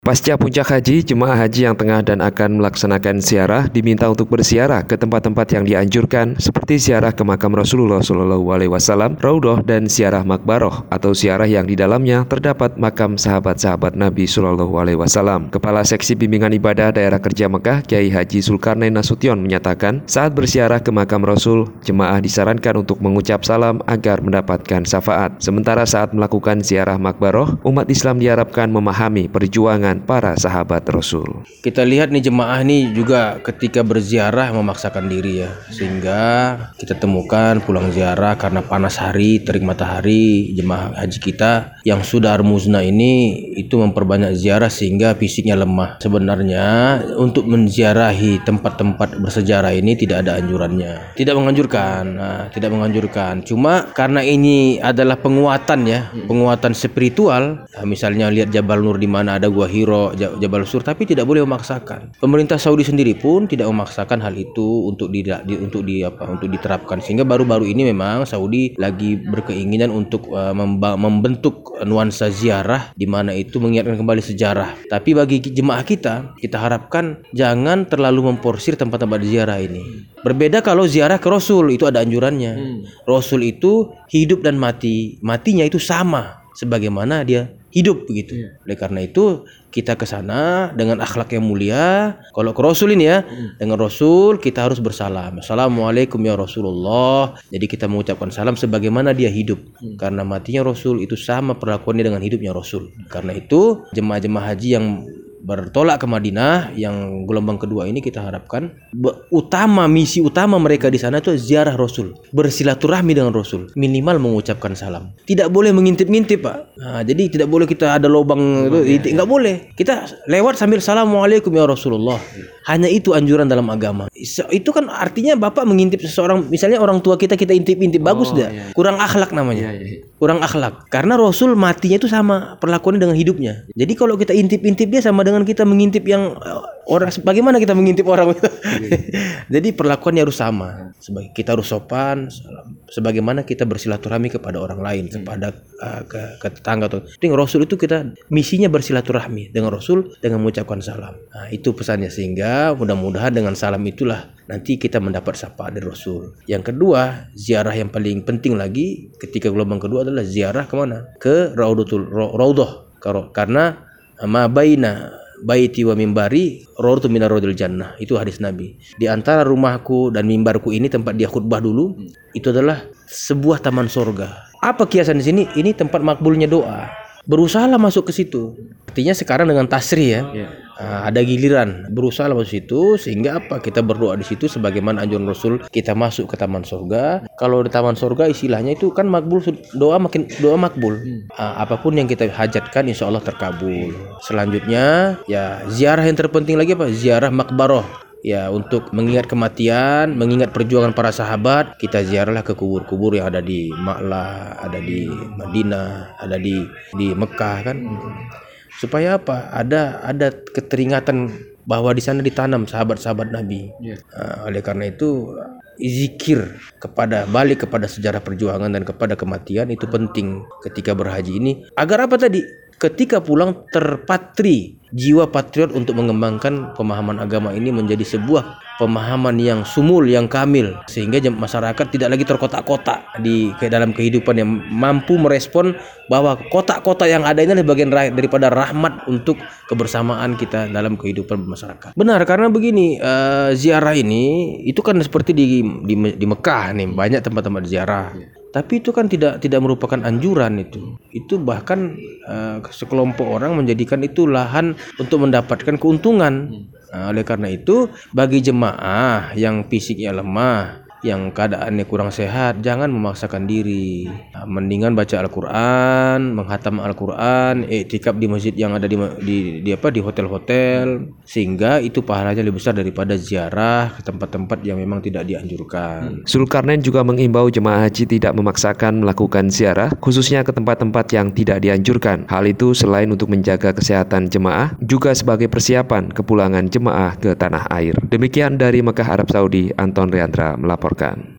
Pasca puncak haji, jemaah haji yang tengah dan akan melaksanakan ziarah diminta untuk berziarah ke tempat-tempat yang dianjurkan seperti ziarah ke makam Rasulullah SAW, Raudhah, dan ziarah Makbaroh atau ziarah yang di dalamnya terdapat makam sahabat-sahabat Nabi SAW. Kepala Seksi Bimbingan Ibadah Daerah Kerja Mekah, Kiai Haji Zulkarnain Nasution menyatakan, saat berziarah ke makam Rasul, jemaah disarankan untuk mengucap salam agar mendapatkan syafaat. Sementara saat melakukan ziarah Makbaroh, umat Islam diharapkan memahami perjuangan para sahabat Rasul. Kita lihat nih jemaah nih juga ketika berziarah memaksakan diri ya, sehingga kita temukan pulang ziarah karena panas hari, terik matahari. Jemaah haji kita yang sudah armuzna ini itu memperbanyak ziarah sehingga fisiknya lemah. Sebenarnya untuk menziarahi tempat-tempat bersejarah ini tidak ada anjurannya, tidak menganjurkan. Cuma karena ini adalah penguatan ya, penguatan spiritual. Misalnya lihat Jabal Nur di mana ada gua Hiro, Jabal Sur, tapi tidak boleh memaksakan. Pemerintah Saudi sendiri pun tidak memaksakan hal itu untuk diterapkan. Sehingga baru-baru ini memang Saudi lagi berkeinginan untuk membentuk nuansa ziarah di mana itu mengingatkan kembali sejarah. Tapi bagi jemaah kita harapkan jangan terlalu memporsir tempat-tempat ziarah ini. Berbeda kalau ziarah ke Rasul, itu ada anjurannya. Rasul itu hidup dan matinya itu sama sebagaimana dia hidup begitu. Oleh karena itu kita ke sana dengan akhlak yang mulia. Kalau ke Rasul ini ya, dengan Rasul kita harus bersalam. Assalamualaikum ya Rasulullah. Jadi kita mengucapkan salam sebagaimana dia hidup. Karena matinya Rasul itu sama perlakuannya dengan hidupnya Rasul. Karena itu jemaah-jemaah haji yang bertolak ke Madinah yang gelombang kedua ini kita harapkan misi utama mereka di sana itu ziarah Rasul, bersilaturahmi dengan Rasul, minimal mengucapkan salam. Tidak boleh mengintip-ngintip, Pak. Jadi tidak boleh kita ada lubang itu, nggak boleh. Kita lewat sambil assalamualaikum ya Rasulullah. Hanya itu anjuran dalam agama. Itu kan artinya Bapak mengintip seseorang, misalnya orang tua kita intip-intip, bagus dah. Kurang akhlak namanya. Kurang akhlak. Karena Rasul matinya itu sama perlakuannya dengan hidupnya. Jadi kalau kita intip-intip dia sama dengan kita mengintip yang orang. Bagaimana kita mengintip orang? Jadi perlakuannya harus sama. Kita harus sopan, sebagaimana kita bersilaturahmi kepada orang lain, kepada ke tetangga. Rasul itu kita misinya bersilaturahmi dengan Rasul dengan mengucapkan salam. Nah, itu pesannya, sehingga mudah-mudahan dengan salam itulah nanti kita mendapat syafaat dari Rasul. Yang kedua, ziarah yang paling penting lagi ketika gelombang kedua adalah ziarah kemana? Ke Raudhah. Karena ma baina baiti wa mimbari rawdatun minar riyadil jannah, itu hadis Nabi. Di antara rumahku dan mimbarku ini tempat dia khutbah dulu, itu adalah sebuah taman sorga. Apa kiasan di sini? Ini tempat makbulnya doa. Berusahalah masuk ke situ. Artinya sekarang dengan tasri ya, ada giliran berusaha masuk situ, sehingga apa? Kita berdoa di situ sebagaimana anjuran Rasul, kita masuk ke taman surga. Kalau di taman surga istilahnya itu kan makbul, doa makbul. Apapun yang kita hajatkan insya Allah terkabul. Selanjutnya ya ziarah yang terpenting lagi apa? Ziarah Makbaroh. Ya, untuk mengingat kematian, mengingat perjuangan para sahabat, kita ziarahlah ke kubur-kubur yang ada di Ma'lah, ada di Madinah, ada di Mekah kan. Supaya apa? Ada keteringatan bahwa di sana ditanam sahabat-sahabat Nabi. Oleh karena itu zikir balik kepada sejarah perjuangan dan kepada kematian itu penting ketika berhaji ini. Agar apa tadi? Ketika pulang terpatri jiwa patriot untuk mengembangkan pemahaman agama ini menjadi sebuah pemahaman yang sumul, yang kamil, sehingga masyarakat tidak lagi terkotak-kotak di dalam kehidupan, yang mampu merespon bahwa kotak-kotak yang ada ini adalah bagian daripada rahmat untuk kebersamaan kita dalam kehidupan masyarakat. Benar, karena begini, ziarah ini itu kan seperti di Mekah nih, banyak tempat-tempat ziarah. Tapi itu kan tidak merupakan anjuran itu. Itu bahkan sekelompok orang menjadikan itu lahan untuk mendapatkan keuntungan. Oleh karena itu bagi jemaah yang fisiknya lemah, yang keadaannya kurang sehat, jangan memaksakan diri. Mendingan baca Al-Quran, menghatam Al-Quran, iktikaf di masjid yang ada di hotel-hotel, sehingga itu pahalanya lebih besar daripada ziarah ke tempat-tempat yang memang tidak dianjurkan. Zulkarnain juga mengimbau jemaah haji tidak memaksakan melakukan ziarah, khususnya ke tempat-tempat yang tidak dianjurkan. Hal itu selain untuk menjaga kesehatan jemaah, juga sebagai persiapan kepulangan jemaah ke tanah air. Demikian dari Mekah, Arab Saudi, Anton Riandra melaporkan.